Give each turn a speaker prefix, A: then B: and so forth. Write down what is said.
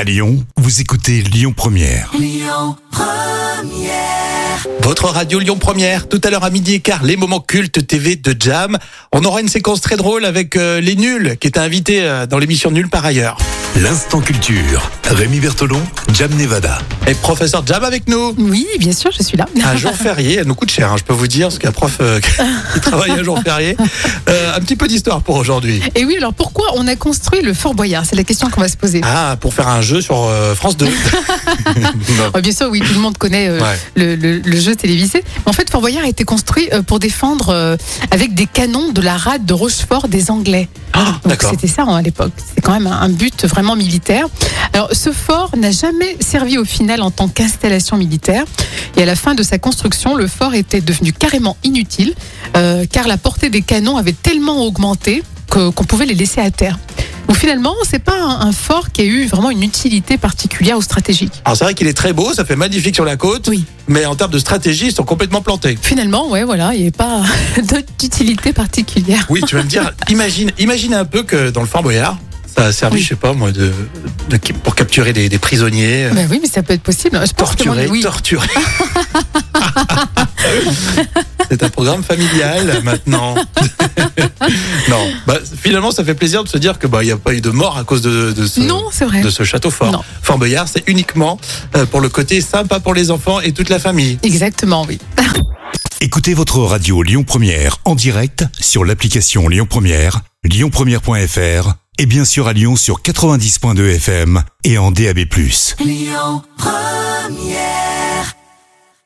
A: À Lyon, vous écoutez Lyon Première.
B: Votre radio Lyon Première, tout à l'heure à 12h15, les moments cultes TV de Jam. On aura une séquence très drôle avec les nuls qui étaient invités dans l'émission Nulle par ailleurs.
A: L'instant culture. Rémi Bertolon, Jam Nevada.
B: Et professeur Jam avec nous.
C: Oui, bien sûr, je suis là.
B: Un jour férié, elle nous coûte cher, je peux vous dire, parce qu'un prof qui travaille un jour férié. Un petit peu d'histoire pour aujourd'hui.
C: Et oui, alors pourquoi on a construit le Fort Boyard? C'est la question qu'on va se poser.
B: Ah, pour faire un jeu sur France 2.
C: Oh, bien sûr, oui, tout le monde connaît le jeu télévisé. Mais en fait, Fort Boyard a été construit pour défendre avec des canons de la rade de Rochefort des Anglais.
B: Ah,
C: Donc
B: d'accord.
C: c'était ça à l'époque. C'est quand même un but vraiment militaire. Alors ce fort n'a jamais servi au final en tant qu'installation militaire. Et à la fin de sa construction, le fort était devenu carrément inutile car la portée des canons avait tellement augmenté qu'on pouvait les laisser à terre. Donc finalement, c'est pas un fort qui a eu vraiment une utilité particulière ou stratégique.
B: Alors c'est vrai qu'il est très beau, ça fait magnifique sur la côte.
C: Oui.
B: Mais en termes de stratégie, ils sont complètement plantés.
C: Finalement, ouais, voilà, il n'y avait pas d'utilité particulière.
B: Oui, tu vas me dire, imagine un peu que dans le Fort Boyard, ça a servi,
C: Oui.
B: je sais pas moi, pour capturer des prisonniers.
C: Ben oui, mais ça peut être possible. Je pense
B: Torturer,
C: oui.
B: torturer. C'est un programme familial maintenant. Non, finalement ça fait plaisir de se dire que il n'y a pas eu de mort à cause de
C: Non, c'est vrai.
B: ce château fort.
C: Non.
B: Fort Boyard, c'est uniquement pour le côté sympa pour les enfants et toute la famille.
C: Exactement, oui.
A: Écoutez votre radio Lyon Première en direct sur l'application Lyon Première, lyonpremière.fr et bien sûr à Lyon sur 90.2 FM et en DAB+.
D: Lyon Première.